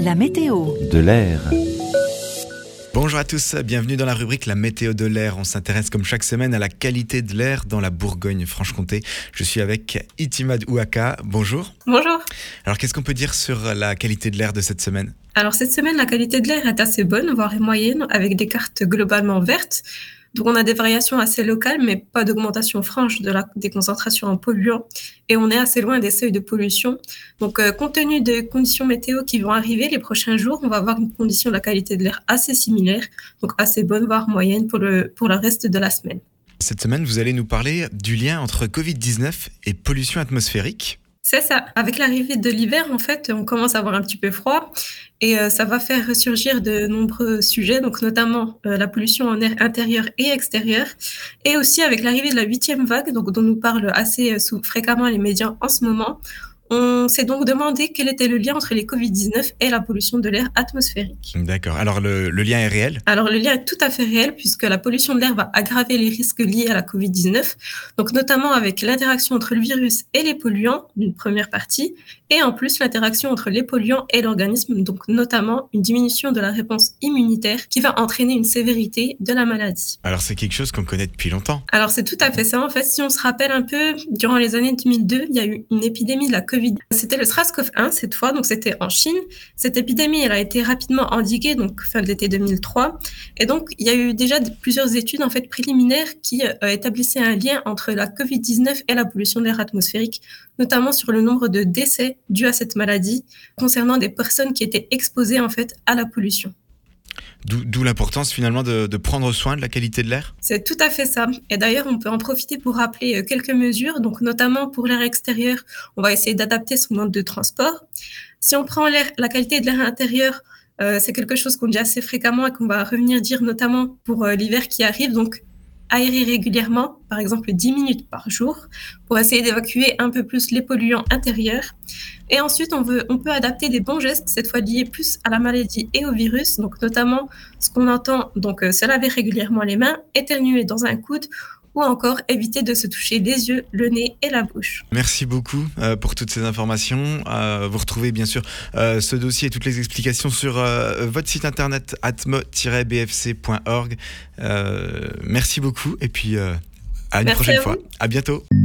La météo. De l'air. Bonjour à tous, bienvenue dans la rubrique La météo de l'air. On s'intéresse comme chaque semaine à la qualité de l'air dans la Bourgogne-Franche-Comté. Je suis avec Itimad Ouaka. Bonjour. Bonjour. Alors qu'est-ce qu'on peut dire sur la qualité de l'air de cette semaine ? Alors cette semaine, la qualité de l'air est assez bonne, voire moyenne, avec des cartes globalement vertes. Donc on a des variations assez locales, mais pas d'augmentation franche des concentrations en polluants. Et on est assez loin des seuils de pollution. Donc compte tenu des conditions météo qui vont arriver les prochains jours, on va avoir une condition de la qualité de l'air assez similaire, donc assez bonne, voire moyenne pour le reste de la semaine. Cette semaine, vous allez nous parler du lien entre Covid-19 et pollution atmosphérique. C'est ça. Avec l'arrivée de l'hiver, en fait, on commence à avoir un petit peu froid et ça va faire ressurgir de nombreux sujets, donc notamment la pollution en air intérieur et extérieur, et aussi avec l'arrivée de la 8e vague, donc dont nous parlent assez fréquemment les médias en ce moment. On s'est donc demandé quel était le lien entre les Covid-19 et la pollution de l'air atmosphérique. D'accord. Alors le lien est réel ? Alors le lien est tout à fait réel puisque la pollution de l'air va aggraver les risques liés à la Covid-19, donc notamment avec l'interaction entre le virus et les polluants, d'une première partie, et en plus l'interaction entre les polluants et l'organisme, donc notamment une diminution de la réponse immunitaire qui va entraîner une sévérité de la maladie. Alors c'est quelque chose qu'on connaît depuis longtemps. Alors c'est tout à fait ça. En fait, si on se rappelle un peu, durant les années 2002, il y a eu une épidémie de la Covid. C'était le SARS-CoV-1 cette fois, donc c'était en Chine. Cette épidémie, elle a été rapidement endiguée, donc fin de l'été 2003. Et donc il y a eu déjà plusieurs études en fait préliminaires qui établissaient un lien entre la Covid-19 et la pollution de l'air atmosphérique, notamment sur le nombre de décès dus à cette maladie concernant des personnes qui étaient exposées en fait à la pollution. D'où l'importance finalement de prendre soin de la qualité de l'air ? C'est tout à fait ça. Et d'ailleurs, on peut en profiter pour rappeler quelques mesures. Donc, notamment pour l'air extérieur, on va essayer d'adapter son mode de transport. Si on prend la qualité de l'air intérieur, c'est quelque chose qu'on dit assez fréquemment et qu'on va revenir dire notamment pour l'hiver qui arrive. Donc, aérer régulièrement, par exemple 10 minutes par jour, pour essayer d'évacuer un peu plus les polluants intérieurs. Et ensuite, on peut adapter des bons gestes, cette fois liés plus à la maladie et au virus, donc notamment ce qu'on entend, donc se laver régulièrement les mains, éternuer dans un coude, ou encore éviter de se toucher les yeux, le nez et la bouche. Merci beaucoup pour toutes ces informations. Vous retrouvez bien sûr ce dossier et toutes les explications sur votre site internet atmo-bfc.org. Merci beaucoup et puis à une prochaine fois. À bientôt.